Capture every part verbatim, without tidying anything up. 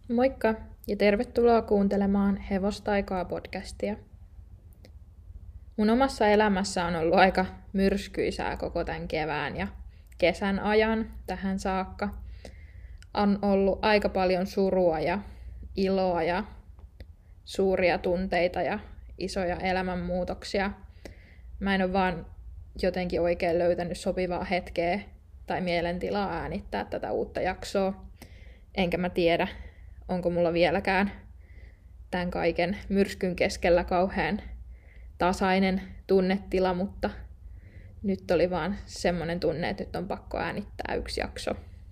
Moikka ja tervetuloa kuuntelemaan Hevostaikaa podcastia. Mun omassa elämässä on ollut aika myrskyisää koko tämän kevään ja kesän ajan tähän saakka. On ollut aika paljon surua ja iloa ja suuria tunteita ja isoja elämänmuutoksia. Mä en ole vaan jotenkin oikein löytänyt sopivaa hetkeä tai mielentilaa äänittää tätä uutta jaksoa. Enkä mä tiedä, onko mulla vieläkään tämän kaiken myrskyn keskellä kauhean tasainen tunnetila, mutta nyt oli vaan semmoinen tunne, että nyt on pakko äänittää yksi jakso.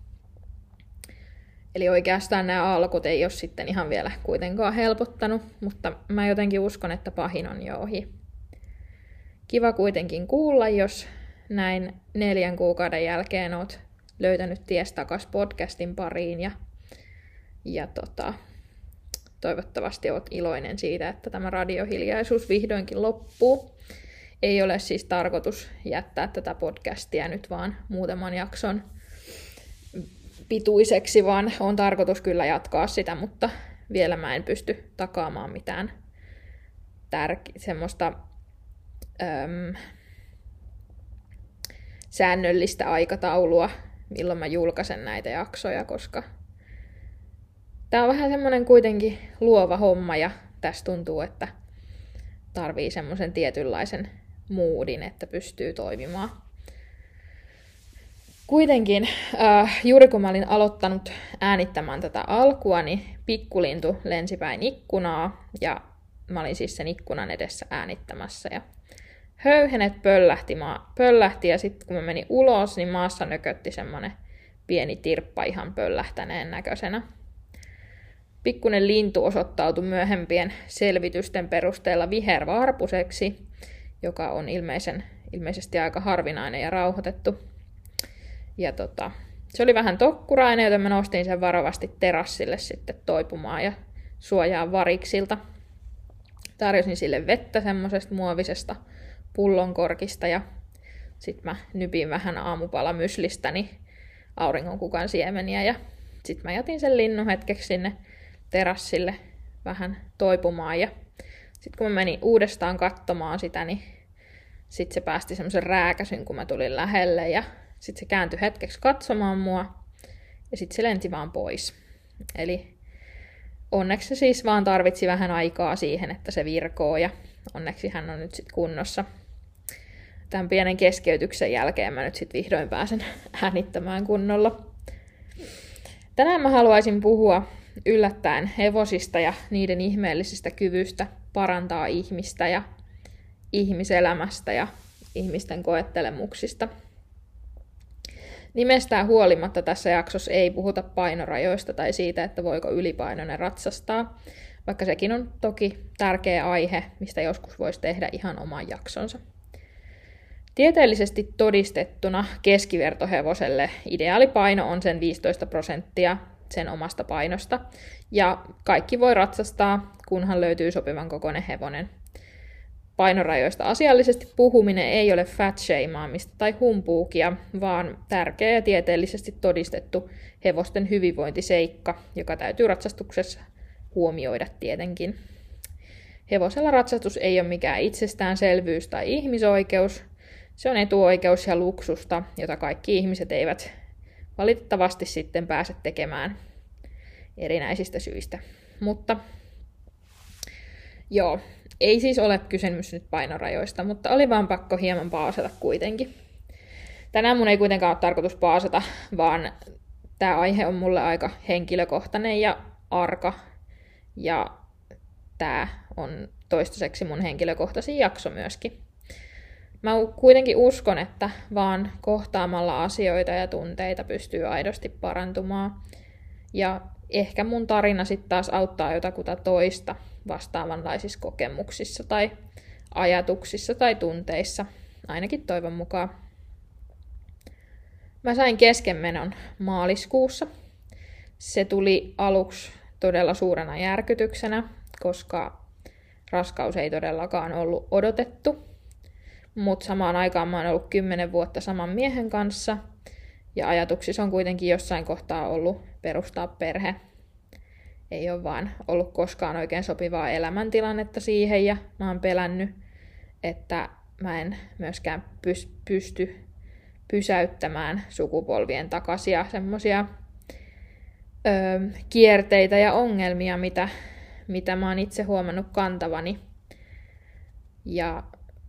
Eli oikeastaan nämä alkut ei ole sitten ihan vielä kuitenkaan helpottanut, mutta mä jotenkin uskon, että pahin on jo ohi. Kiva kuitenkin kuulla, jos näin neljän kuukauden jälkeen oot löytänyt ties takas podcastin pariin ja Ja tota, toivottavasti olet iloinen siitä, että tämä radiohiljaisuus vihdoinkin loppuu. Ei ole siis tarkoitus jättää tätä podcastia nyt vaan muutaman jakson pituiseksi, vaan on tarkoitus kyllä jatkaa sitä, mutta vielä mä en pysty takaamaan mitään tärke- semmoista äm, säännöllistä aikataulua, milloin mä julkaisen näitä jaksoja, koska tää on vähän semmoinen kuitenkin luova homma ja tässä tuntuu, että tarvii semmoisen tietynlaisen moodin, että pystyy toimimaan. Kuitenkin, äh, juuri kun mä olin aloittanut äänittämään tätä alkua, niin pikkulintu lensi päin ikkunaa ja mä olin siis sen ikkunan edessä äänittämässä. Ja höyhenet pöllähti, maa, pöllähti ja sitten kun mä menin ulos, niin maassa nökötti semmoinen pieni tirppa ihan pöllähtäneen näköisenä. Pikkunen lintu osoittautui myöhempien selvitysten perusteella vihervarpuseksi, joka on ilmeisen, ilmeisesti aika harvinainen ja rauhoitettu. Ja tota, se oli vähän tokkurainen, joten mä nostin sen varovasti terassille sitten toipumaan ja suojaan variksilta. Tarjosin sille vettä semmoisesta muovisesta pullonkorkista ja sitten mä nypin vähän aamupalamyslistäni auringonkukan siemeniä ja sitten mä jätin sen linnun hetkeksi sinne terassille vähän toipumaan ja sitten kun mä menin uudestaan katsomaan sitä, niin sitten se päästi semmoisen rääkäsyn, kun mä tulin lähelle ja sitten se kääntyi hetkeksi katsomaan mua ja sitten se lenti vaan pois. Eli onneksi se siis vaan tarvitsi vähän aikaa siihen, että se virkoo ja onneksi hän on nyt sitten kunnossa. Tämän pienen keskeytyksen jälkeen mä nyt sitten vihdoin pääsen äänittämään kunnolla. Tänään mä haluaisin puhua yllättäen hevosista ja niiden ihmeellisistä kyvystä parantaa ihmistä ja ihmiselämästä ja ihmisten koettelemuksista. Nimestään huolimatta tässä jaksossa ei puhuta painorajoista tai siitä, että voiko ylipainoinen ratsastaa, vaikka sekin on toki tärkeä aihe, mistä joskus voisi tehdä ihan oman jaksonsa. Tieteellisesti todistettuna keskivertohevoselle ideaalipaino on sen viisitoista prosenttia sen omasta painosta, ja kaikki voi ratsastaa, kunhan löytyy sopivan kokoinen hevonen. Painorajoista asiallisesti puhuminen ei ole fat-shameaamista tai humpuukia, vaan tärkeä ja tieteellisesti todistettu hevosten hyvinvointiseikka, joka täytyy ratsastuksessa huomioida tietenkin. Hevosella ratsastus ei ole mikään itsestäänselvyys tai ihmisoikeus, se on etuoikeus ja luksusta, jota kaikki ihmiset eivät valitettavasti sitten pääse tekemään erinäisistä syistä. Mutta joo, ei siis ole kysymys nyt painorajoista, mutta oli vaan pakko hieman paasata kuitenkin. Tänään mun ei kuitenkaan ole tarkoitus paasata, vaan tämä aihe on mulle aika henkilökohtainen ja arka. Ja tämä on toistaiseksi mun henkilökohtaisin jakso myöskin. Mä kuitenkin uskon, että vaan kohtaamalla asioita ja tunteita pystyy aidosti parantumaan. Ja ehkä mun tarina sitten taas auttaa jotakuta toista vastaavanlaisissa kokemuksissa tai ajatuksissa tai tunteissa, ainakin toivon mukaan. Mä sain keskenmenon maaliskuussa. Se tuli aluksi todella suurena järkytyksenä, koska raskaus ei todellakaan ollut odotettu. Mutta samaan aikaan mä oon ollut kymmenen vuotta saman miehen kanssa. Ja ajatuksissa on kuitenkin jossain kohtaa ollut perustaa perhe. ei ole vaan ollut koskaan oikein sopivaa elämäntilannetta siihen, ja mä oon pelännyt, että mä en myöskään pysty pysäyttämään sukupolvien takaisia semmosia öö, kierteitä ja ongelmia, mitä, mitä mä oon itse huomannut kantavani. Ja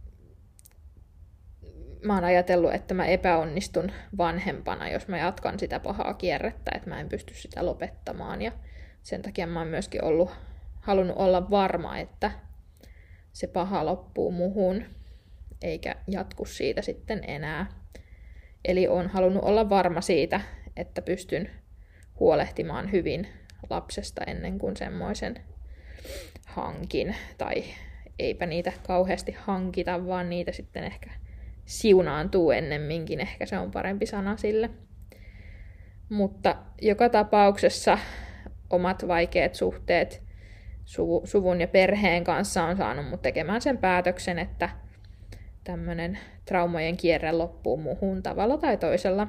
mä oon ajatellut, että mä epäonnistun vanhempana, jos mä jatkan sitä pahaa kierrettä, että mä en pysty sitä lopettamaan. Ja sen takia mä oon myöskin ollut, halunnut olla varma, että se paha loppuu muhun, eikä jatku siitä sitten enää. Eli oon halunnut olla varma siitä, että pystyn huolehtimaan hyvin lapsesta ennen kuin semmoisen hankin. Tai eipä niitä kauheasti hankita, vaan niitä sitten ehkä siunaantuu ennemminkin. Ehkä se on parempi sana sille. Mutta joka tapauksessa omat vaikeat suhteet suvun ja perheen kanssa on saanut mut tekemään sen päätöksen, että tämmöinen traumojen kierre loppuu muuhun tavalla tai toisella.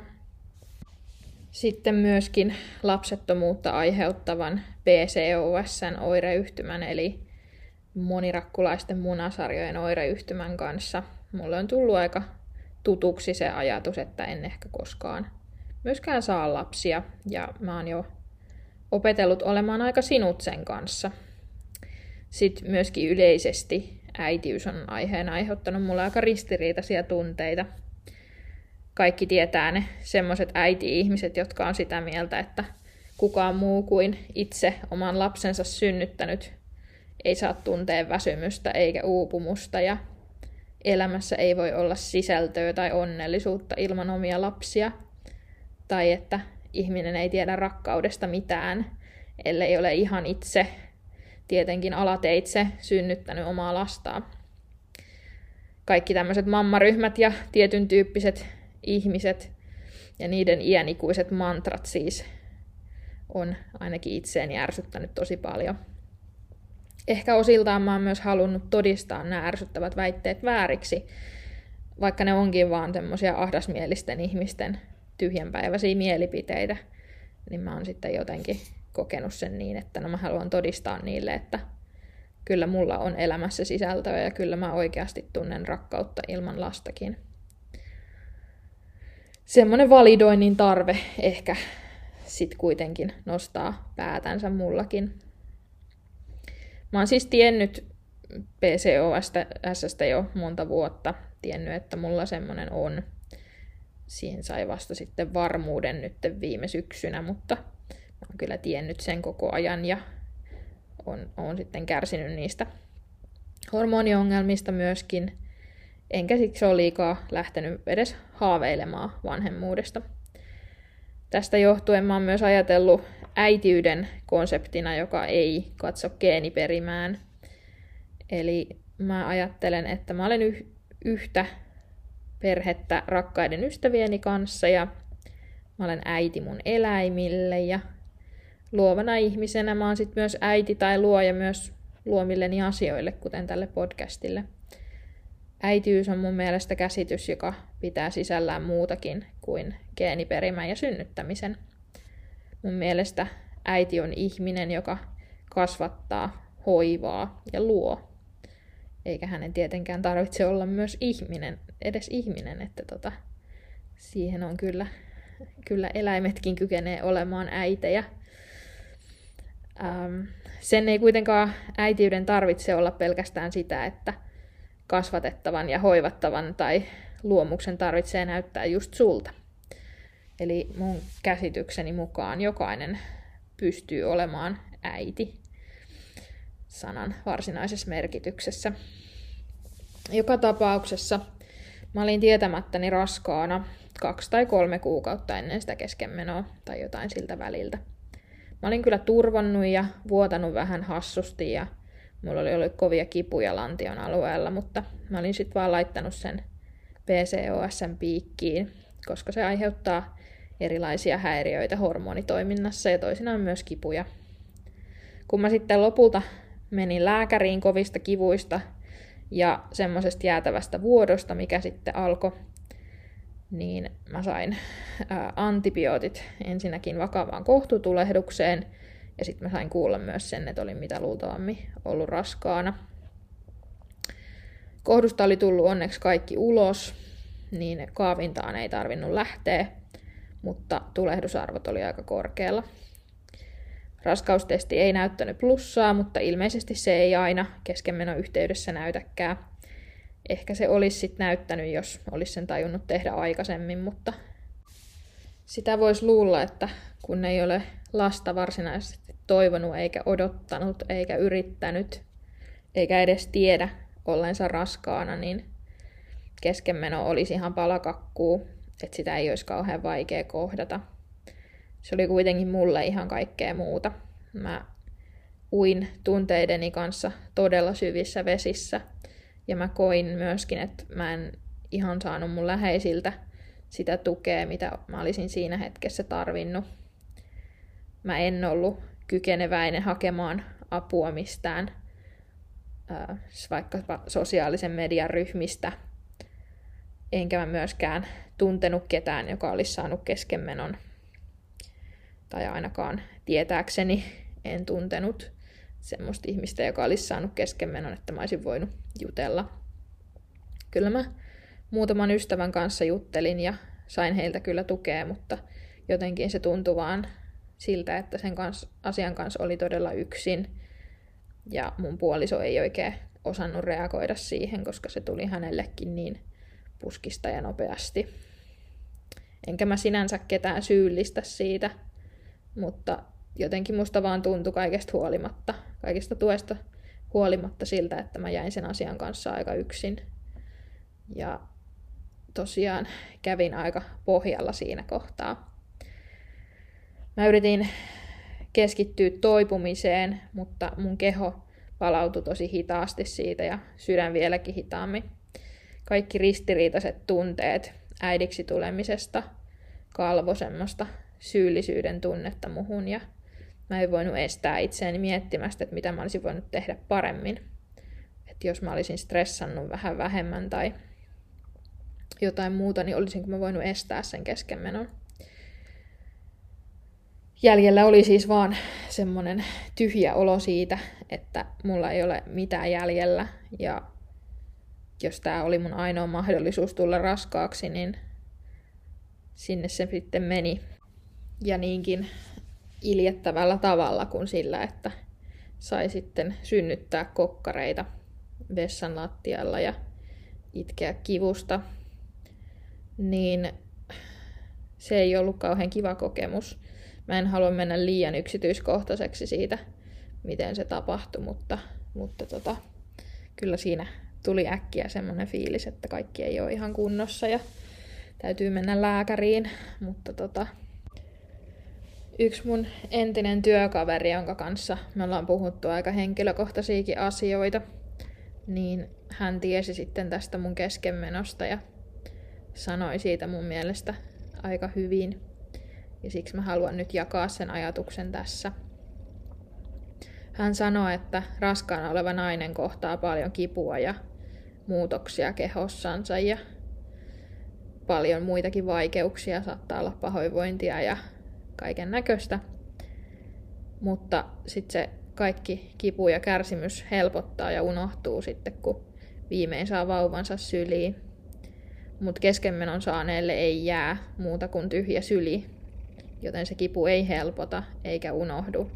Sitten myöskin lapsettomuutta aiheuttavan P C O S:n oireyhtymän eli monirakkulaisten munasarjojen oireyhtymän kanssa mulle on tullut aika tutuksi se ajatus, että en ehkä koskaan myöskään saa lapsia, ja mä oon jo opetellut olemaan aika sinut sen kanssa. Sitten myöskin yleisesti äitiys on aiheena aiheuttanut mulle aika ristiriitaisia tunteita. Kaikki tietää ne semmoiset äiti-ihmiset, jotka on sitä mieltä, että kukaan muu kuin itse oman lapsensa synnyttänyt ei saa tuntea väsymystä eikä uupumusta, ja elämässä ei voi olla sisältöä tai onnellisuutta ilman omia lapsia, tai että ihminen ei tiedä rakkaudesta mitään, ellei ole ihan itse, tietenkin alateitse, synnyttänyt omaa lastaan. Kaikki tämmöiset mammaryhmät ja tietyn tyyppiset ihmiset ja niiden iänikuiset mantrat siis on ainakin itseeni ärsyttänyt tosi paljon. Ehkä osiltaan mä oon myös halunnut todistaa nämä ärsyttävät väitteet vääriksi, vaikka ne onkin vaan tämmöisiä ahdasmielisten ihmisten tyhjänpäiväisiä mielipiteitä, niin mä oon sitten jotenkin kokenut sen niin, että no mä haluan todistaa niille, että kyllä mulla on elämässä sisältöä ja kyllä mä oikeasti tunnen rakkautta ilman lastakin. Semmoinen validoinnin tarve ehkä sit kuitenkin nostaa päätänsä mullakin. Mä oon siis tiennyt P C O S:stä jo monta vuotta, tiennyt, että mulla semmoinen on. Siihen sai vasta sitten varmuuden nyt viime syksynä, mutta mä oon kyllä tiennyt sen koko ajan ja on, on sitten kärsinyt niistä hormoniongelmista myöskin. Enkä siksi ole liikaa lähtenyt edes haaveilemaan vanhemmuudesta. Tästä johtuen mä oon myös ajatellut äitiyden konseptina, joka ei katso geeniperimään. Eli mä ajattelen, että mä olen yh- yhtä perhettä rakkaiden ystävieni kanssa ja mä olen äiti mun eläimille ja luovana ihmisenä mä oon sit myös äiti tai luoja myös luomilleni asioille, kuten tälle podcastille. Äitiys on mun mielestä käsitys, joka pitää sisällään muutakin kuin geeniperimän ja synnyttämisen. Mun mielestä äiti on ihminen, joka kasvattaa, hoivaa ja luo. Eikä hänen tietenkään tarvitse olla myös ihminen, edes ihminen, että tota, siihen on kyllä, kyllä eläimetkin kykenee olemaan äitejä. Ähm, sen ei kuitenkaan äitiyden tarvitse olla pelkästään sitä, että kasvatettavan ja hoivattavan tai luomuksen tarvitsee näyttää just sulta. Eli mun käsitykseni mukaan jokainen pystyy olemaan äiti sanan varsinaisessa merkityksessä. Joka tapauksessa mä olin tietämättäni raskaana kaksi tai kolme kuukautta ennen sitä keskenmenoa tai jotain siltä väliltä. Mä olin kyllä turvonnut ja vuotanut vähän hassusti ja mulla oli ollut kovia kipuja lantion alueella, mutta mä olin sitten vaan laittanut sen P C O S:n piikkiin, koska se aiheuttaa erilaisia häiriöitä hormonitoiminnassa ja toisinaan myös kipuja. Kun mä sitten lopulta menin lääkäriin kovista kivuista ja semmoisesta jäätävästä vuodosta, mikä sitten alkoi, niin mä sain ää, antibiootit ensinnäkin vakavaan kohtutulehdukseen Ja sitten mä sain kuulla myös sen, että olin mitä luultavammin ollut raskaana. Kohdusta oli tullut onneksi kaikki ulos, niin kaavintaan ei tarvinnut lähteä, mutta tulehdusarvot oli aika korkealla. Raskaustesti ei näyttänyt plussaa, mutta ilmeisesti se ei aina keskenmenon yhteydessä näytäkään. Ehkä se olisi sitten näyttänyt, jos olisi sen tajunnut tehdä aikaisemmin, mutta sitä voisi luulla, että kun ei ole lasta varsinaisesti toivonut, eikä odottanut, eikä yrittänyt, eikä edes tiedä ollensa raskaana, niin keskenmeno olisi ihan palakakkuu, että sitä ei olisi kauhean vaikea kohdata. Se oli kuitenkin mulle ihan kaikkea muuta. Mä uin tunteideni kanssa todella syvissä vesissä. Ja mä koin myöskin, että mä en ihan saanut mun läheisiltä sitä tukea, mitä mä olisin siinä hetkessä tarvinnut. Mä en ollut kykeneväinen hakemaan apua mistään, vaikka sosiaalisen median ryhmistä. Enkä mä myöskään tuntenut ketään, joka olisi saanut keskenmenon. Tai ainakaan tietääkseni en tuntenut semmoista ihmistä, joka olisi saanut keskenmenon, että mä olisin voinut jutella. Kyllä mä muutaman ystävän kanssa juttelin ja sain heiltä kyllä tukea, mutta jotenkin se tuntui vaan siltä, että sen kanssa, asian kanssa oli todella yksin. Ja mun puoliso ei oikein osannut reagoida siihen, koska se tuli hänellekin niin puskista ja nopeasti. Enkä mä sinänsä ketään syyllistä siitä, mutta jotenkin musta vaan tuntui kaikesta huolimatta, kaikesta tuesta huolimatta siltä, että mä jäin sen asian kanssa aika yksin. Ja tosiaan kävin aika pohjalla siinä kohtaa. Mä yritin keskittyä toipumiseen, mutta mun keho palautui tosi hitaasti siitä ja sydän vieläkin hitaammin. Kaikki ristiriitaiset tunteet äidiksi tulemisesta kalvo semmoista syyllisyyden tunnetta muhun ja mä en voinut estää itseäni miettimästä, että mitä mä olisin voinut tehdä paremmin. Että jos mä olisin stressannut vähän vähemmän tai jotain muuta, niin olisinko mä voinut estää sen keskenmenon. Jäljellä oli siis vaan semmoinen tyhjä olo siitä, että mulla ei ole mitään jäljellä. Ja jos tää oli mun ainoa mahdollisuus tulla raskaaksi, niin sinne se sitten meni. Ja niinkin iljettävällä tavalla kuin sillä, että sai sitten synnyttää kokkareita vessan lattialla ja itkeä kivusta. Niin se ei ollut kauhean kiva kokemus. Mä en halua mennä liian yksityiskohtaiseksi siitä, miten se tapahtui, mutta, mutta tota, kyllä siinä tuli äkkiä semmoinen fiilis, että kaikki ei ole ihan kunnossa ja täytyy mennä lääkäriin. Mutta tota, yksi mun entinen työkaveri, jonka kanssa me ollaan puhuttu aika henkilökohtaisiakin asioita, niin hän tiesi sitten tästä mun keskenmenosta ja sanoi siitä mun mielestä aika hyvin. Ja siksi mä haluan nyt jakaa sen ajatuksen tässä. Hän sanoi, että raskaana oleva nainen kohtaa paljon kipua ja muutoksia kehossansa ja paljon muitakin vaikeuksia, saattaa olla pahoinvointia ja kaiken näköistä. Mutta sitten se kaikki kipu ja kärsimys helpottaa ja unohtuu sitten, kun viimein saa vauvansa syliin. Mutta keskenmenon saaneelle ei jää muuta kuin tyhjä syli, joten se kipu ei helpota eikä unohdu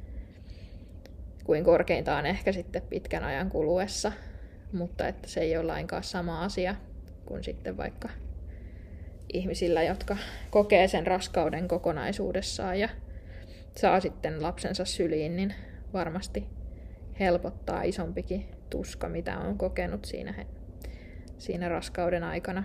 kuin korkeintaan ehkä sitten pitkän ajan kuluessa, mutta että se ei ole lainkaan sama asia kuin sitten vaikka ihmisillä, jotka kokee sen raskauden kokonaisuudessaan ja saa sitten lapsensa syliin, niin varmasti helpottaa isompikin tuska, mitä on kokenut siinä, siinä raskauden aikana.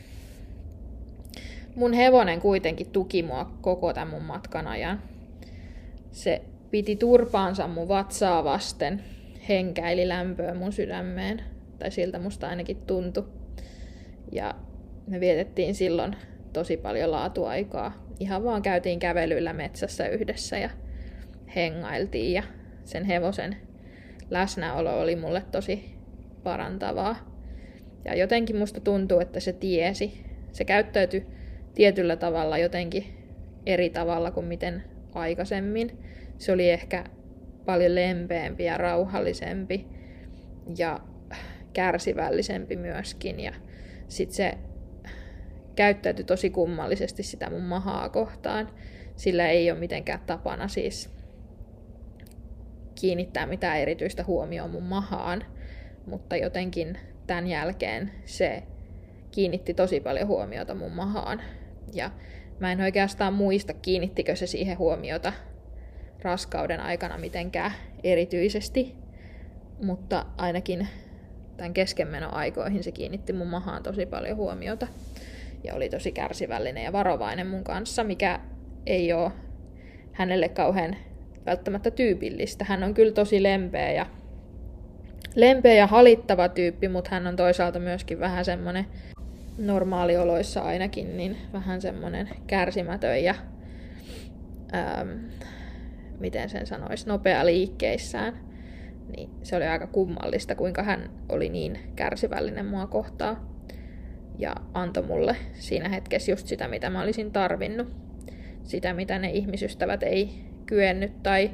Mun hevonen kuitenkin tuki mua koko tämän mun matkan ajan. Se piti turpaansa mun vatsaa vasten, henkäili lämpöä mun sydämeen, tai siltä musta ainakin tuntui. Ja me vietettiin silloin tosi paljon laatuaikaa. Ihan vaan käytiin kävelyllä metsässä yhdessä ja hengailtiin. Ja sen hevosen läsnäolo oli mulle tosi parantavaa. Ja jotenkin musta tuntuu, että se tiesi. Se käyttäytyi tietyllä tavalla jotenkin eri tavalla kuin miten aikaisemmin. Se oli ehkä paljon lempeämpi ja rauhallisempi ja kärsivällisempi myöskin. Ja sit se käyttäytyi tosi kummallisesti sitä mun mahaa kohtaan. Sillä ei ole mitenkään tapana siis kiinnittää mitään erityistä huomioon mun mahaan, mutta jotenkin tämän jälkeen se kiinnitti tosi paljon huomiota mun mahaan. Ja mä en oikeastaan muista, kiinnittikö se siihen huomiota raskauden aikana mitenkään erityisesti, mutta ainakin tämän keskenmenoaikoihin se kiinnitti mun mahaan tosi paljon huomiota ja oli tosi kärsivällinen ja varovainen mun kanssa, mikä ei ole hänelle kauhean välttämättä tyypillistä. Hän on kyllä tosi lempeä ja, lempeä ja halittava tyyppi, mutta hän on toisaalta myöskin vähän semmoinen, normaalioloissa ainakin, niin vähän semmoinen kärsimätön ja ähm, miten sen sanoisi, nopea liikkeissään. Niin se oli aika kummallista, kuinka hän oli niin kärsivällinen mua kohtaan ja antoi mulle siinä hetkessä just sitä, mitä mä olisin tarvinnut. Sitä, mitä ne ihmisystävät ei kyennyt tai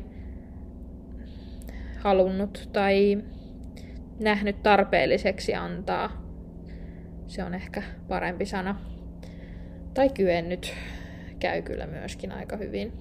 halunnut tai nähnyt tarpeelliseksi antaa. Se on ehkä parempi sana. Tai kyennyt käy kyllä myöskin aika hyvin.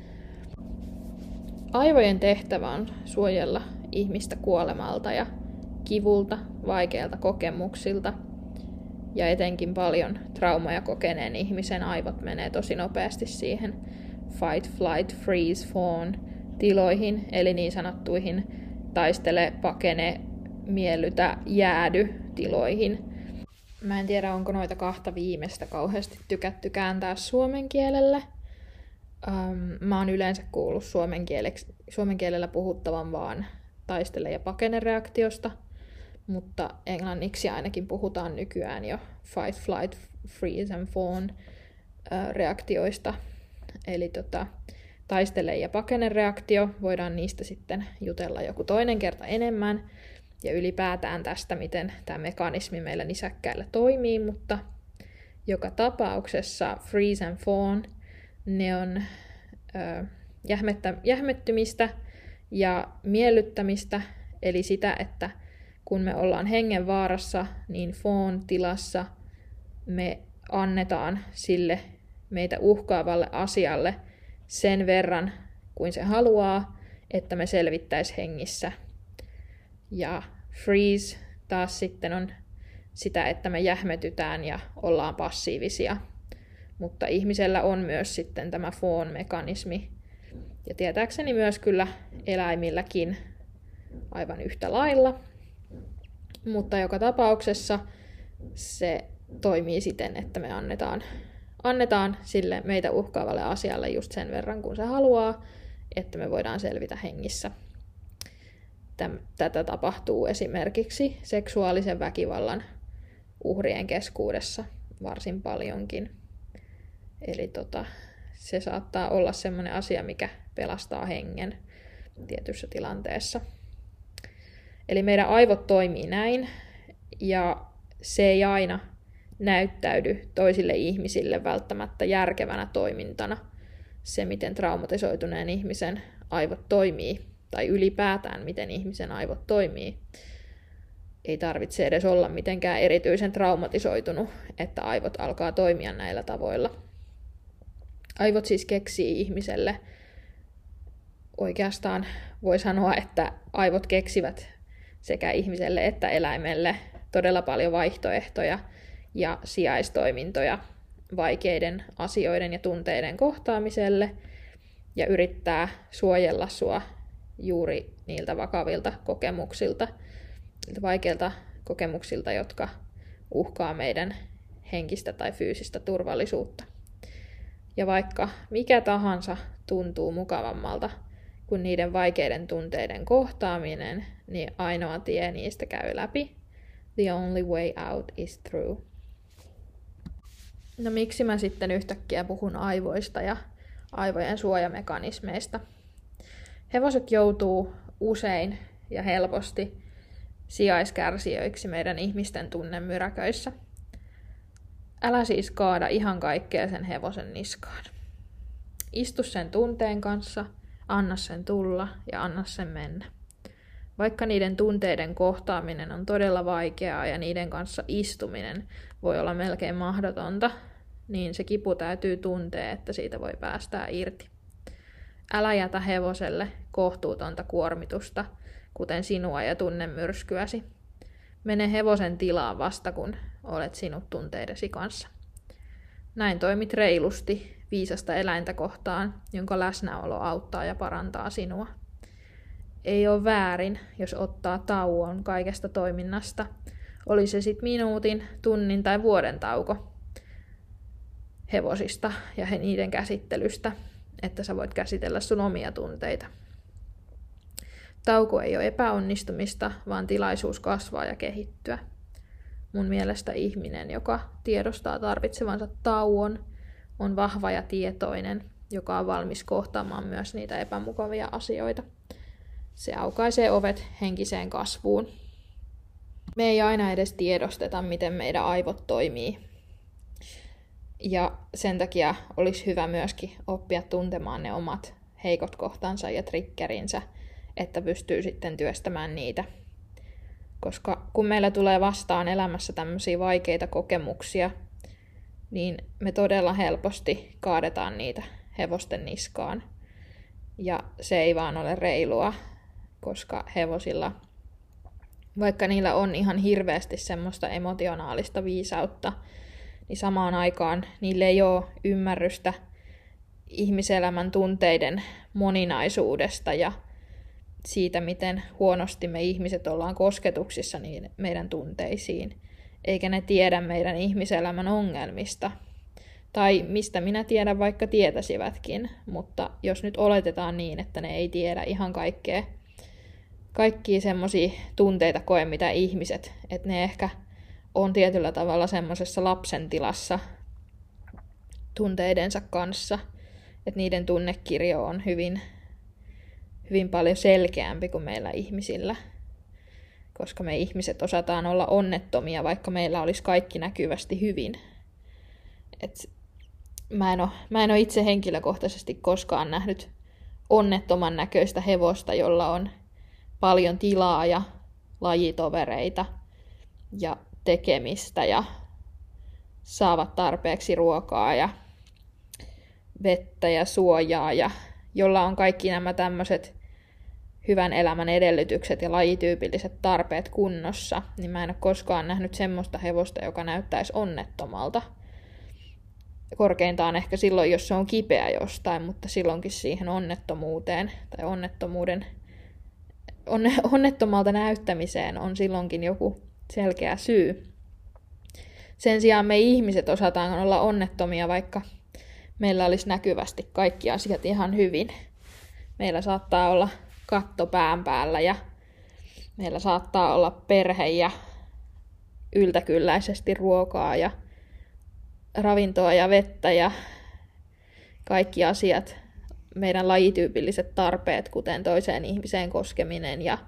Aivojen tehtävä on suojella ihmistä kuolemalta ja kivulta, vaikeilta kokemuksilta. Ja etenkin paljon traumaja kokeneen ihmisen aivot menee tosi nopeasti siihen fight, flight, freeze, fawn tiloihin, eli niin sanottuihin taistele, pakene, miellytä, jäädy tiloihin. Mä en tiedä, onko noita kahta viimeistä kauheasti tykätty kääntää suomen kielelle. Ähm, mä oon yleensä kuullut suomen, kieleksi, suomen kielellä puhuttavan vaan taistele- ja pakene-reaktiosta, mutta englanniksi ainakin puhutaan nykyään jo fight, flight, freeze and fawn äh, reaktioista. Eli tota, taistele- ja pakene-reaktio, voidaan niistä sitten jutella joku toinen kerta enemmän. Ja ylipäätään tästä, miten tämä mekanismi meillä nisäkkäillä toimii, mutta joka tapauksessa freeze and fawn, ne on ö, jähmettä, jähmettymistä ja miellyttämistä, eli sitä, että kun me ollaan hengenvaarassa, niin fawn-tilassa me annetaan sille meitä uhkaavalle asialle sen verran, kuin se haluaa, että me selvittäisi hengissä. Ja freeze taas sitten on sitä, että me jähmetytään ja ollaan passiivisia. Mutta ihmisellä on myös sitten tämä fawn-mekanismi. Ja tietääkseni myös kyllä eläimilläkin aivan yhtä lailla. Mutta joka tapauksessa se toimii siten, että me annetaan, annetaan sille meitä uhkaavalle asialle just sen verran, kun se haluaa, että me voidaan selvitä hengissä. Tätä tapahtuu esimerkiksi seksuaalisen väkivallan uhrien keskuudessa varsin paljonkin. Eli tota, se saattaa olla sellainen asia, mikä pelastaa hengen tietyssä tilanteessa. Eli meidän aivot toimii näin, ja se ei aina näyttäydy toisille ihmisille välttämättä järkevänä toimintana. Se, miten traumatisoituneen ihmisen aivot toimii, tai ylipäätään miten ihmisen aivot toimii. Ei tarvitse edes olla mitenkään erityisen traumatisoitunut, että aivot alkaa toimia näillä tavoilla. Aivot siis keksii ihmiselle, oikeastaan voi sanoa, että aivot keksivät sekä ihmiselle että eläimelle todella paljon vaihtoehtoja ja sijaistoimintoja vaikeiden asioiden ja tunteiden kohtaamiselle ja yrittää suojella sua juuri niiltä vakavilta kokemuksilta, niiltä vaikeilta kokemuksilta, jotka uhkaa meidän henkistä tai fyysistä turvallisuutta. Ja vaikka mikä tahansa tuntuu mukavammalta kuin niiden vaikeiden tunteiden kohtaaminen, niin ainoa tie niistä käy läpi. The only way out is through. No miksi mä sitten yhtäkkiä puhun aivoista ja aivojen suojamekanismeista? Hevoset joutuu usein ja helposti sijaiskärsijöiksi meidän ihmisten tunnemyräköissä. Älä siis kaada ihan kaikkea sen hevosen niskaan. Istu sen tunteen kanssa, anna sen tulla ja anna sen mennä. Vaikka niiden tunteiden kohtaaminen on todella vaikeaa ja niiden kanssa istuminen voi olla melkein mahdotonta, niin se kipu täytyy tuntea, että siitä voi päästää irti. Älä jätä hevoselle kohtuutonta kuormitusta, kuten sinua ja tunnemyrskyäsi. Mene hevosen tilaan vasta, kun olet sinut tunteidesi kanssa. Näin toimit reilusti viisasta eläintä kohtaan, jonka läsnäolo auttaa ja parantaa sinua. Ei ole väärin, jos ottaa tauon kaikesta toiminnasta, oli se sitten minuutin, tunnin tai vuoden tauko hevosista ja niiden käsittelystä, että sä voit käsitellä sun omia tunteita. Tauko ei ole epäonnistumista, vaan tilaisuus kasvaa ja kehittyä. Mun mielestä ihminen, joka tiedostaa tarvitsevansa tauon, on vahva ja tietoinen, joka on valmis kohtaamaan myös niitä epämukavia asioita. Se aukaisee ovet henkiseen kasvuun. Me ei aina edes tiedosteta, miten meidän aivot toimii. Ja sen takia olisi hyvä myöskin oppia tuntemaan ne omat heikot kohtansa ja triggerinsä, että pystyy sitten työstämään niitä. Koska kun meillä tulee vastaan elämässä tämmöisiä vaikeita kokemuksia, niin me todella helposti kaadetaan niitä hevosten niskaan. Ja se ei vaan ole reilua, koska hevosilla, vaikka niillä on ihan hirveästi semmoista emotionaalista viisautta, niin samaan aikaan niille ei ole ymmärrystä ihmiselämän tunteiden moninaisuudesta ja siitä, miten huonosti me ihmiset ollaan kosketuksissa niin meidän tunteisiin, eikä ne tiedä meidän ihmiselämän ongelmista. Tai mistä minä tiedän, vaikka tietäisivätkin, mutta jos nyt oletetaan niin, että ne ei tiedä ihan kaikkea, kaikkia semmoisia tunteita koe, mitä ihmiset, että ne ehkä on tietyllä tavalla semmoisessa lapsen tilassa tunteidensa kanssa, että niiden tunnekirjo on hyvin, hyvin paljon selkeämpi kuin meillä ihmisillä, koska me ihmiset osataan olla onnettomia, vaikka meillä olisi kaikki näkyvästi hyvin. Et mä, en ole, mä en ole itse henkilökohtaisesti koskaan nähnyt onnettoman näköistä hevosta, jolla on paljon tilaa ja lajitovereita ja tekemistä ja saavat tarpeeksi ruokaa ja vettä ja suojaa ja jolla on kaikki nämä tämmöiset hyvän elämän edellytykset ja lajityypilliset tarpeet kunnossa, niin mä en ole koskaan nähnyt semmoista hevosta, joka näyttäisi onnettomalta. Korkeintaan ehkä silloin, jos se on kipeä jostain, mutta silloinkin siihen onnettomuuteen tai onnettomuuden onne, onnettomalta näyttämiseen on silloinkin joku selkeä syy. Sen sijaan me ihmiset osataan olla onnettomia, vaikka meillä olisi näkyvästi kaikki asiat ihan hyvin. Meillä saattaa olla katto pään päällä ja meillä saattaa olla perhe ja yltäkylläisesti ruokaa ja ravintoa ja vettä ja kaikki asiat, meidän lajityypilliset tarpeet, kuten toiseen ihmiseen koskeminen ja,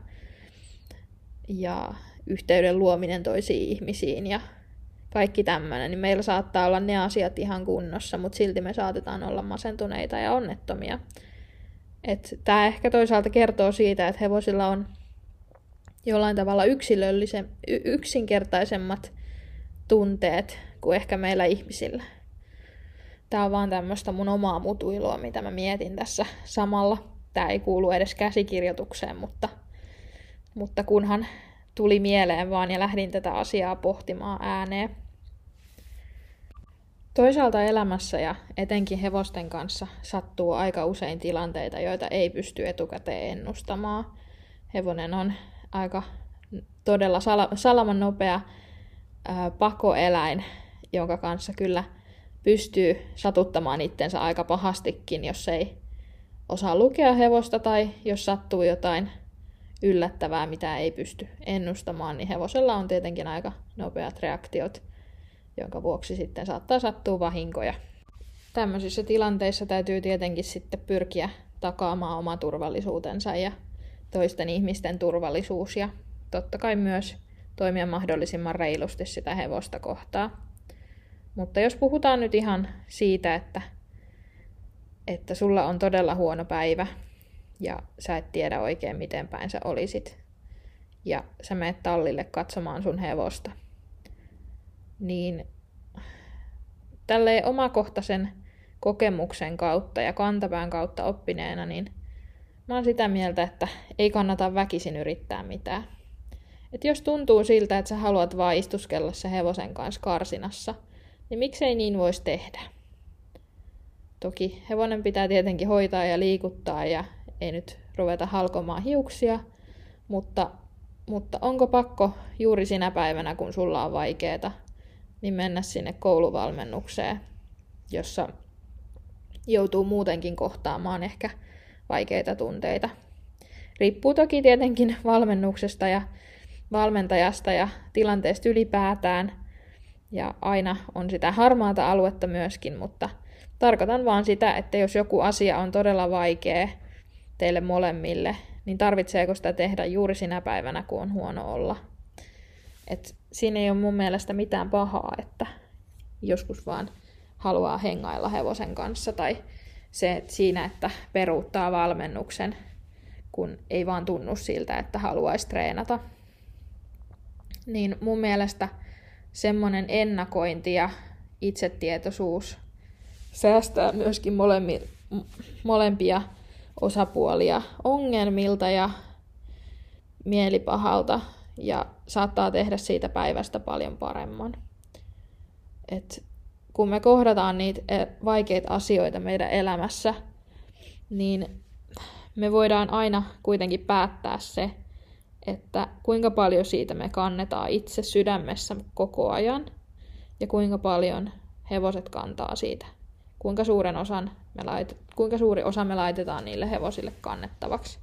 ja yhteyden luominen toisiin ihmisiin ja kaikki tämmöinen, niin meillä saattaa olla ne asiat ihan kunnossa, mutta silti me saatetaan olla masentuneita ja onnettomia. Tämä ehkä toisaalta kertoo siitä, että hevosilla on jollain tavalla yksilöllisen, yksinkertaisemmat tunteet kuin ehkä meillä ihmisillä. Tämä on vaan tämmöistä mun omaa mutuilua, mitä mä mietin tässä samalla. Tämä ei kuulu edes käsikirjoitukseen, mutta, mutta kunhan tuli mieleen vaan ja lähdin tätä asiaa pohtimaan ääneen. Toisaalta elämässä ja etenkin hevosten kanssa sattuu aika usein tilanteita, joita ei pysty etukäteen ennustamaan. Hevonen on aika todella sala- salaman nopea ää, pakoeläin, jonka kanssa kyllä pystyy satuttamaan itsensä aika pahastikin, jos ei osaa lukea hevosta tai jos sattuu jotain yllättävää, mitä ei pysty ennustamaan, niin hevosella on tietenkin aika nopeat reaktiot, jonka vuoksi sitten saattaa sattua vahinkoja. Tämmöisissä tilanteissa täytyy tietenkin sitten pyrkiä takaamaan oma turvallisuutensa ja toisten ihmisten turvallisuus ja totta kai myös toimia mahdollisimman reilusti sitä hevosta kohtaan. Mutta jos puhutaan nyt ihan siitä, että, että sulla on todella huono päivä ja sä et tiedä oikein miten päin sä olisit. Ja sä menet tallille katsomaan sun hevosta. Niin tälleen omakohtaisen kokemuksen kautta ja kantapään kautta oppineena, niin mä oon sitä mieltä, että ei kannata väkisin yrittää mitään. Et jos tuntuu siltä, että sä haluat vaan istuskella se hevosen kanssa karsinassa, niin miksei niin voisi tehdä? Toki hevonen pitää tietenkin hoitaa ja liikuttaa ja ei nyt ruveta halkomaan hiuksia, mutta, mutta onko pakko juuri sinä päivänä, kun sulla on vaikeeta, niin mennä sinne kouluvalmennukseen, jossa joutuu muutenkin kohtaamaan ehkä vaikeita tunteita. Riippuu toki tietenkin valmennuksesta ja valmentajasta ja tilanteesta ylipäätään. Ja aina on sitä harmaata aluetta myöskin, mutta tarkoitan vaan sitä, että jos joku asia on todella vaikea teille molemmille, niin tarvitseeko sitä tehdä juuri sinä päivänä, kun on huono olla. Et siinä ei ole mun mielestä mitään pahaa, että joskus vaan haluaa hengailla hevosen kanssa tai se, että siinä, että peruuttaa valmennuksen, kun ei vaan tunnu siltä, että haluaisi treenata. Niin mun mielestä semmoinen ennakointi ja itsetietoisuus säästää myöskin molemmi, molempia osapuolia ongelmilta ja mielipahalta ja saattaa tehdä siitä päivästä paljon paremman. Et kun me kohdataan niitä vaikeita asioita meidän elämässä, niin me voidaan aina kuitenkin päättää se, että kuinka paljon siitä me kannetaan itse sydämessä koko ajan ja kuinka paljon hevoset kantaa siitä. Kuinka, suuren osan me lait- kuinka suuri osa me laitetaan niille hevosille kannettavaksi.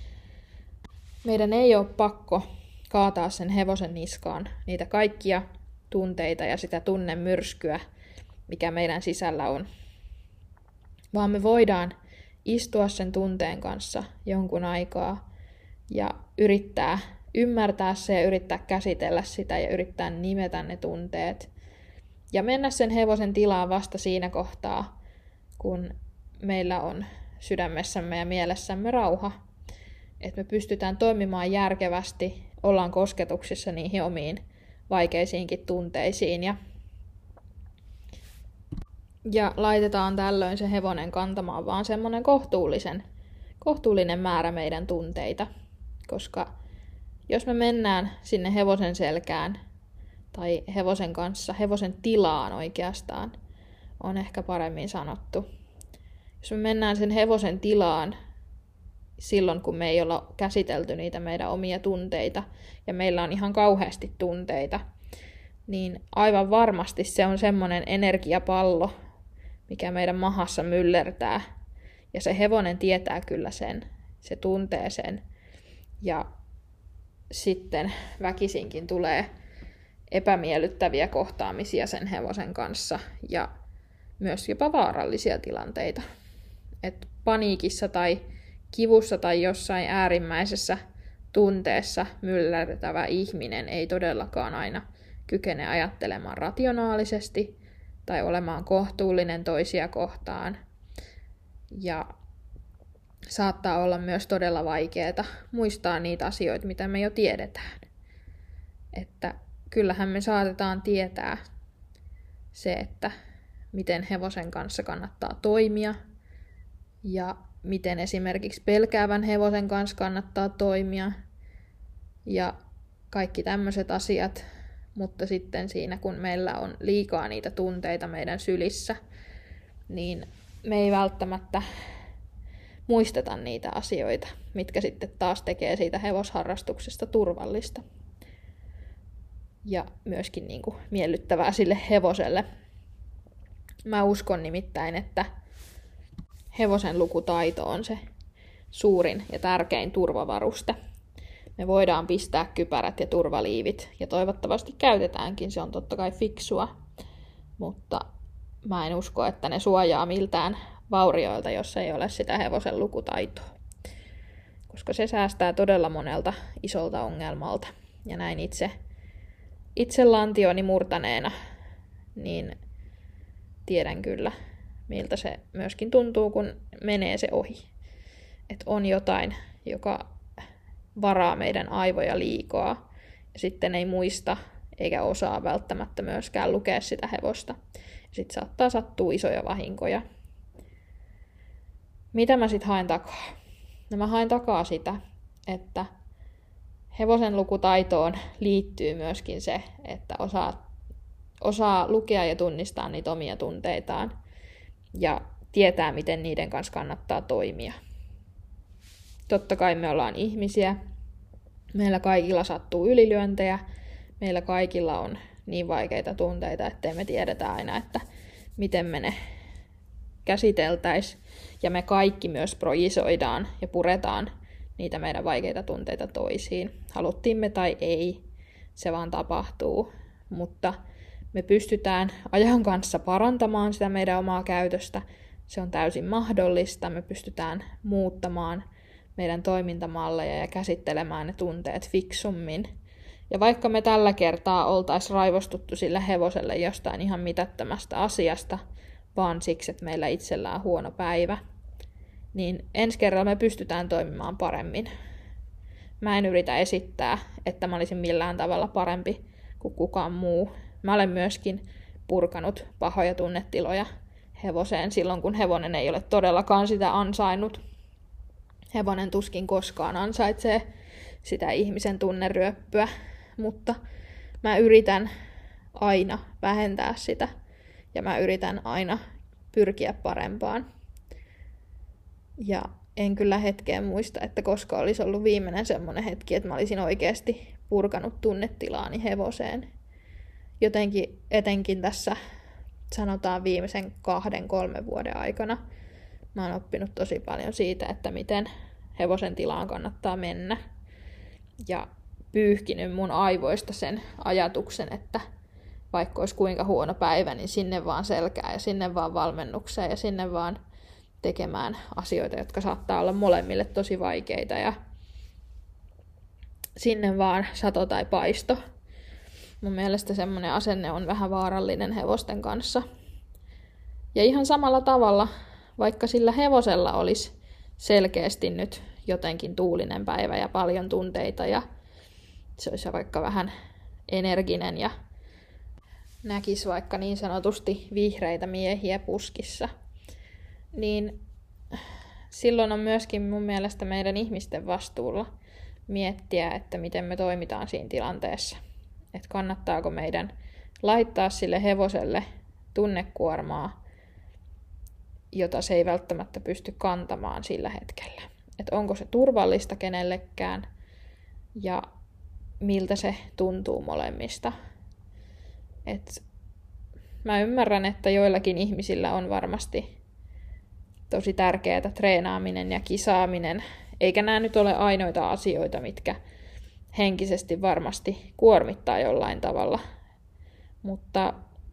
Meidän ei ole pakko kaataa sen hevosen niskaan niitä kaikkia tunteita ja sitä tunnemyrskyä, mikä meidän sisällä on. Vaan me voidaan istua sen tunteen kanssa jonkun aikaa ja yrittää ymmärtää se ja yrittää käsitellä sitä ja yrittää nimetä ne tunteet. Ja mennä sen hevosen tilaan vasta siinä kohtaa, kun meillä on sydämessämme ja mielessämme rauha. Että me pystytään toimimaan järkevästi, ollaan kosketuksissa niihin omiin vaikeisiinkin tunteisiin ja, ja laitetaan tällöin se hevonen kantamaan vaan semmoinen kohtuullisen, kohtuullinen määrä meidän tunteita. Koska jos me mennään sinne hevosen selkään tai hevosen kanssa, hevosen tilaan oikeastaan, on ehkä paremmin sanottu. Jos me mennään sen hevosen tilaan silloin, kun me ei olla käsitelty niitä meidän omia tunteita, ja meillä on ihan kauheasti tunteita, niin aivan varmasti se on semmoinen energiapallo, mikä meidän mahassa myllertää. Ja se hevonen tietää kyllä sen, se tuntee sen. Ja sitten väkisinkin tulee epämiellyttäviä kohtaamisia sen hevosen kanssa ja myös jopa vaarallisia tilanteita. Et paniikissa tai kivussa tai jossain äärimmäisessä tunteessa myllertävä ihminen ei todellakaan aina kykene ajattelemaan rationaalisesti tai olemaan kohtuullinen toisia kohtaan. Ja saattaa olla myös todella vaikeaa muistaa niitä asioita, mitä me jo tiedetään. Että kyllähän me saatetaan tietää se, että miten hevosen kanssa kannattaa toimia ja miten esimerkiksi pelkäävän hevosen kanssa kannattaa toimia ja kaikki tämmöiset asiat, mutta sitten siinä kun meillä on liikaa niitä tunteita meidän sylissä, niin me ei välttämättä muisteta niitä asioita, mitkä sitten taas tekee siitä hevosharrastuksesta turvallista ja myöskin niin kuin miellyttävää sille hevoselle. Mä uskon nimittäin, että hevosen lukutaito on se suurin ja tärkein turvavaruste. Me voidaan pistää kypärät ja turvaliivit ja toivottavasti käytetäänkin, se on totta kai fiksua, mutta mä en usko, että ne suojaa miltään vaurioilta, jos ei ole sitä hevosen lukutaitoa, koska se säästää todella monelta isolta ongelmalta. Ja näin itse, itse lantioni murtaneena, niin tiedän kyllä miltä se myöskin tuntuu, kun menee se ohi. Että on jotain, joka varaa meidän aivoja liikaa ja sitten ei muista eikä osaa välttämättä myöskään lukea sitä hevosta. Sitten saattaa sattua isoja vahinkoja. Mitä mä sitten haen takaa? No mä haen takaa sitä, että hevosen lukutaitoon liittyy myöskin se, että osaa, osaa lukea ja tunnistaa niitä omia tunteitaan ja tietää, miten niiden kanssa kannattaa toimia. Totta kai me ollaan ihmisiä, meillä kaikilla sattuu ylilyöntejä, meillä kaikilla on niin vaikeita tunteita, ettei me tiedetä aina, että miten me ne käsiteltäisiin. Ja me kaikki myös projisoidaan ja puretaan niitä meidän vaikeita tunteita toisiin. Haluttiin me tai ei, se vaan tapahtuu. Mutta me pystytään ajan kanssa parantamaan sitä meidän omaa käytöstä. Se on täysin mahdollista. Me pystytään muuttamaan meidän toimintamalleja ja käsittelemään ne tunteet fiksummin. Ja vaikka me tällä kertaa oltaisiin raivostuttu sille hevoselle jostain ihan mitättömästä asiasta, vaan siksi, että meillä itsellään on huono päivä, niin ensi kerralla me pystytään toimimaan paremmin. Mä en yritä esittää, että mä olisin millään tavalla parempi kuin kukaan muu. Mä olen myöskin purkanut pahoja tunnetiloja hevoseen silloin, kun hevonen ei ole todellakaan sitä ansainnut. Hevonen tuskin koskaan ansaitsee sitä ihmisen tunneryöppyä, mutta mä yritän aina vähentää sitä ja mä yritän aina pyrkiä parempaan. Ja en kyllä hetkeen muista, että koska olisi ollut viimeinen semmoinen hetki, että mä olisin oikeasti purkanut tunnetilaani hevoseen. Jotenkin etenkin tässä sanotaan viimeisen kahden, kolmen vuoden aikana mä oon oppinut tosi paljon siitä, että miten hevosen tilaan kannattaa mennä. Ja pyyhkinyt mun aivoista sen ajatuksen, että vaikka olisi kuinka huono päivä, niin sinne vaan selkää ja sinne vaan valmennukseen ja sinne vaan tekemään asioita, jotka saattaa olla molemmille tosi vaikeita ja sinne vaan sato tai paisto. Mun mielestä semmoinen asenne on vähän vaarallinen hevosten kanssa. Ja ihan samalla tavalla, vaikka sillä hevosella olisi selkeästi nyt jotenkin tuulinen päivä ja paljon tunteita ja se olisi vaikka vähän energinen ja näkisi vaikka niin sanotusti vihreitä miehiä puskissa, niin silloin on myöskin mun mielestä meidän ihmisten vastuulla miettiä, että miten me toimitaan siinä tilanteessa. Että kannattaako meidän laittaa sille hevoselle tunnekuormaa, jota se ei välttämättä pysty kantamaan sillä hetkellä. Että onko se turvallista kenellekään ja miltä se tuntuu molemmista. Et mä ymmärrän, että joillakin ihmisillä on varmasti tosi tärkeää treenaaminen ja kisaaminen, eikä nämä nyt ole ainoita asioita, mitkä henkisesti varmasti kuormittaa jollain tavalla. Mutta,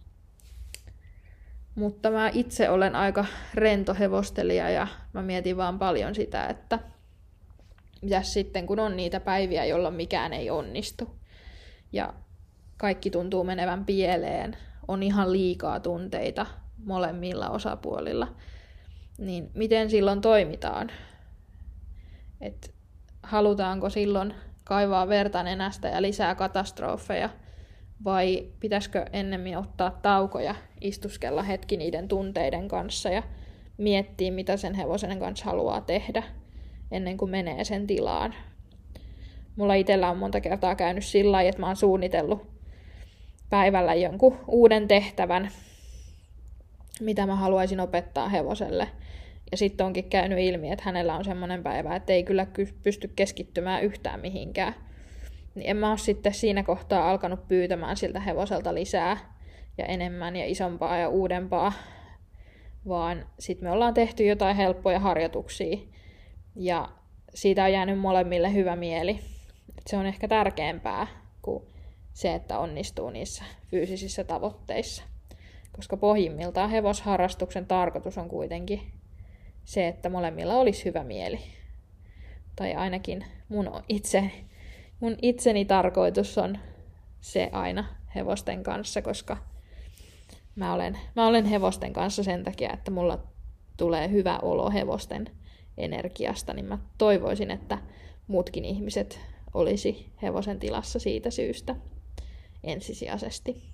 mutta mä itse olen aika rento hevostelija ja mä mietin vaan paljon sitä, että mitäs sitten kun on niitä päiviä, jolloin mikään ei onnistu ja kaikki tuntuu menevän pieleen, on ihan liikaa tunteita molemmilla osapuolilla, niin miten silloin toimitaan? Et halutaanko silloin kaivaa verta nenästä ja lisää katastrofeja, vai pitäisikö ennemmin ottaa taukoja, istuskella hetki niiden tunteiden kanssa ja miettiä, mitä sen hevosen kanssa haluaa tehdä ennen kuin menee sen tilaan. Mulla itsellä on monta kertaa käynyt sillä lailla, että mä oon suunnitellut päivällä jonkun uuden tehtävän, mitä mä haluaisin opettaa hevoselle. Ja sitten onkin käynyt ilmi, että hänellä on semmoinen päivä, että ei kyllä pysty keskittymään yhtään mihinkään. Niin en mä ole sitten siinä kohtaa alkanut pyytämään siltä hevoselta lisää ja enemmän ja isompaa ja uudempaa, vaan sitten me ollaan tehty jotain helppoja harjoituksia ja siitä on jäänyt molemmille hyvä mieli. Et se on ehkä tärkeämpää kuin se, että onnistuu niissä fyysisissä tavoitteissa. Koska pohjimmiltaan hevosharrastuksen tarkoitus on kuitenkin se, että molemmilla olisi hyvä mieli. Tai ainakin mun, itse, mun itseni tarkoitus on se aina hevosten kanssa, koska mä olen, mä olen hevosten kanssa sen takia, että mulla tulee hyvä olo hevosten energiasta, niin mä toivoisin, että muutkin ihmiset olisi hevosen tilassa siitä syystä ensisijaisesti.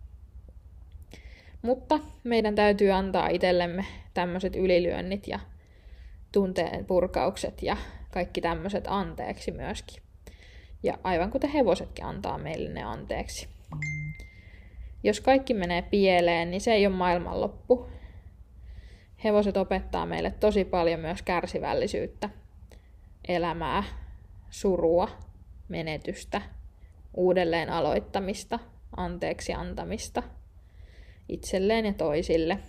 Mutta meidän täytyy antaa itsellemme tämmöiset ylilyönnit ja tunteen purkaukset ja kaikki tämmöiset anteeksi myöskin. Ja aivan kuten hevosetkin antaa meille ne anteeksi. Jos kaikki menee pieleen, niin se ei ole maailmanloppu. Hevoset opettaa meille tosi paljon myös kärsivällisyyttä, elämää, surua, menetystä, uudelleen aloittamista, anteeksi antamista itselleen ja toisille.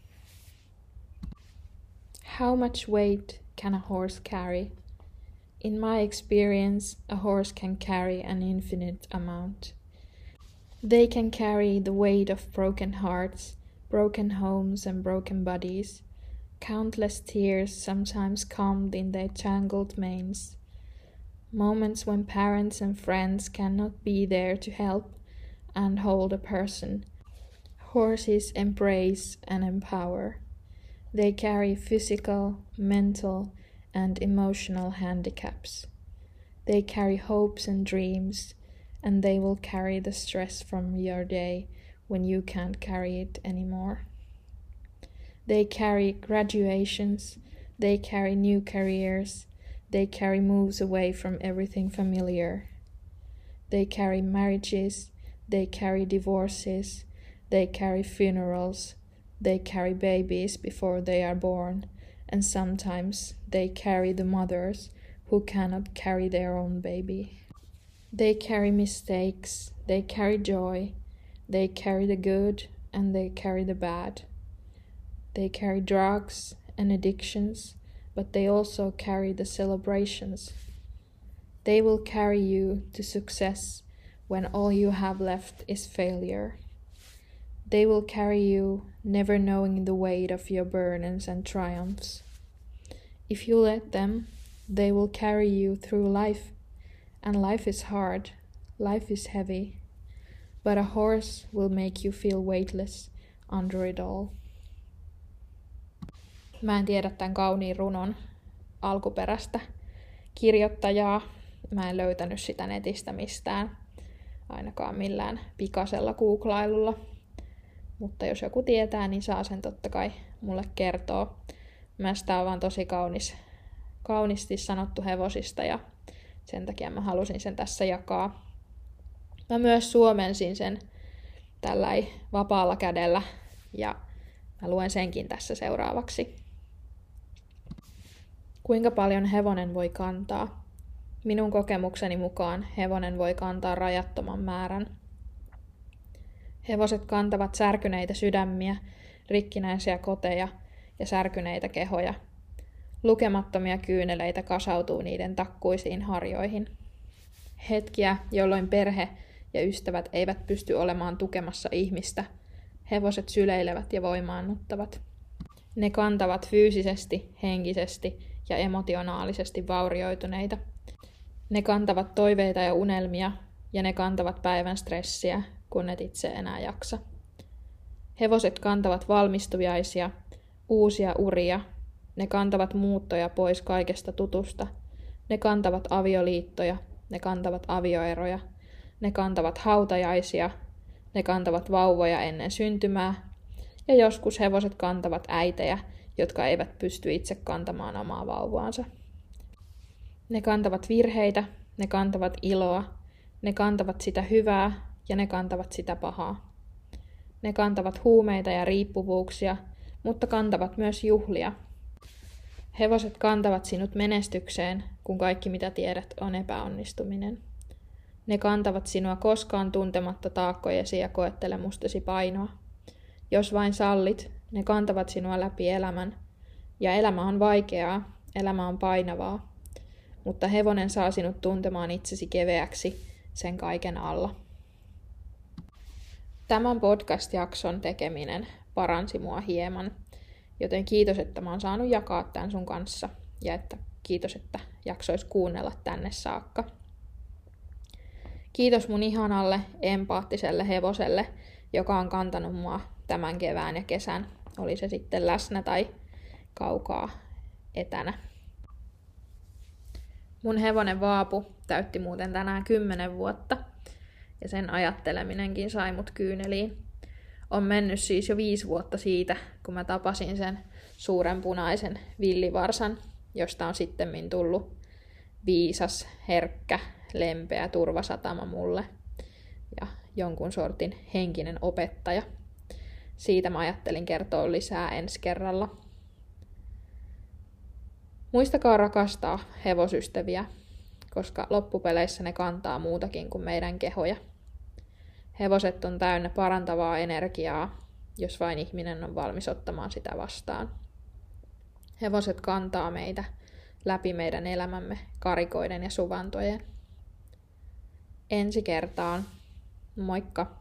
How much weight can a horse carry? In my experience, a horse can carry an infinite amount. They can carry the weight of broken hearts, broken homes and broken bodies, countless tears sometimes calmed in their tangled manes, moments when parents and friends cannot be there to help and hold a person. Horses embrace and empower. They carry physical, mental, and emotional handicaps. They carry hopes and dreams, and they will carry the stress from your day when you can't carry it anymore. They carry graduations, they carry new careers, they carry moves away from everything familiar. They carry marriages, they carry divorces, they carry funerals, they carry babies before they are born, and sometimes they carry the mothers who cannot carry their own baby. They carry mistakes, they carry joy, they carry the good and they carry the bad. They carry drugs and addictions, but they also carry the celebrations. They will carry you to success when all you have left is failure. They will carry you, never knowing the weight of your burdens and triumphs. If you let them, they will carry you through life. And life is hard, life is heavy. But a horse will make you feel weightless under it all. Mä en tiedä tämän kauniin runon alkuperäistä kirjoittajaa. Mä en löytänyt sitä netistä mistään, ainakaan millään pikasella googlailulla. Mutta jos joku tietää, niin saa sen totta kai mulle kertoa. Mielestäni tää on vaan tosi kaunis, kauniisti sanottu hevosista ja sen takia mä halusin sen tässä jakaa. Mä myös suomensin sen tälläin vapaalla kädellä ja mä luen senkin tässä seuraavaksi. Kuinka paljon hevonen voi kantaa? Minun kokemukseni mukaan hevonen voi kantaa rajattoman määrän. Hevoset kantavat särkyneitä sydämiä, rikkinäisiä koteja ja särkyneitä kehoja. Lukemattomia kyyneleitä kasautuu niiden takkuisiin harjoihin. Hetkiä, jolloin perhe ja ystävät eivät pysty olemaan tukemassa ihmistä. Hevoset syleilevät ja voimaannuttavat. Ne kantavat fyysisesti, henkisesti ja emotionaalisesti vaurioituneita. Ne kantavat toiveita ja unelmia, ja ne kantavat päivän stressiä, kun et itse enää jaksa. Hevoset kantavat valmistujaisia, uusia uria. Ne kantavat muuttoja pois kaikesta tutusta. Ne kantavat avioliittoja, ne kantavat avioeroja. Ne kantavat hautajaisia, ne kantavat vauvoja ennen syntymää. Ja joskus hevoset kantavat äitejä, jotka eivät pysty itse kantamaan omaa vauvaansa. Ne kantavat virheitä, ne kantavat iloa, ne kantavat sitä hyvää ja ne kantavat sitä pahaa. Ne kantavat huumeita ja riippuvuuksia, mutta kantavat myös juhlia. Hevoset kantavat sinut menestykseen, kun kaikki mitä tiedät on epäonnistuminen. Ne kantavat sinua koskaan tuntematta taakkojesi ja koettelemustesi painoa. Jos vain sallit, ne kantavat sinua läpi elämän. Ja elämä on vaikeaa, elämä on painavaa. Mutta hevonen saa sinut tuntemaan itsesi keveäksi sen kaiken alla. Tämän podcast-jakson tekeminen paransi mua hieman, joten kiitos, että mä oon saanut jakaa tämän sun kanssa ja että kiitos, että jaksois kuunnella tänne saakka. Kiitos mun ihanalle, empaattiselle hevoselle, joka on kantanut mua tämän kevään ja kesän, oli se sitten läsnä tai kaukaa etänä. Mun hevonen Vaapu täytti muuten tänään kymmenen vuotta, ja sen ajatteleminenkin sai mut kyyneliin. On mennyt siis jo viisi vuotta siitä, kun mä tapasin sen suuren punaisen villivarsan, josta on sittemmin tullut viisas, herkkä, lempeä turvasatama mulle ja jonkun sortin henkinen opettaja. Siitä mä ajattelin kertoa lisää ensi kerralla. Muistakaa rakastaa hevosystäviä, koska loppupeleissä ne kantaa muutakin kuin meidän kehoja. Hevoset on täynnä parantavaa energiaa, jos vain ihminen on valmis ottamaan sitä vastaan. Hevoset kantaa meitä läpi meidän elämämme karikoiden ja suvantojen. Ensi kertaan. Moikka!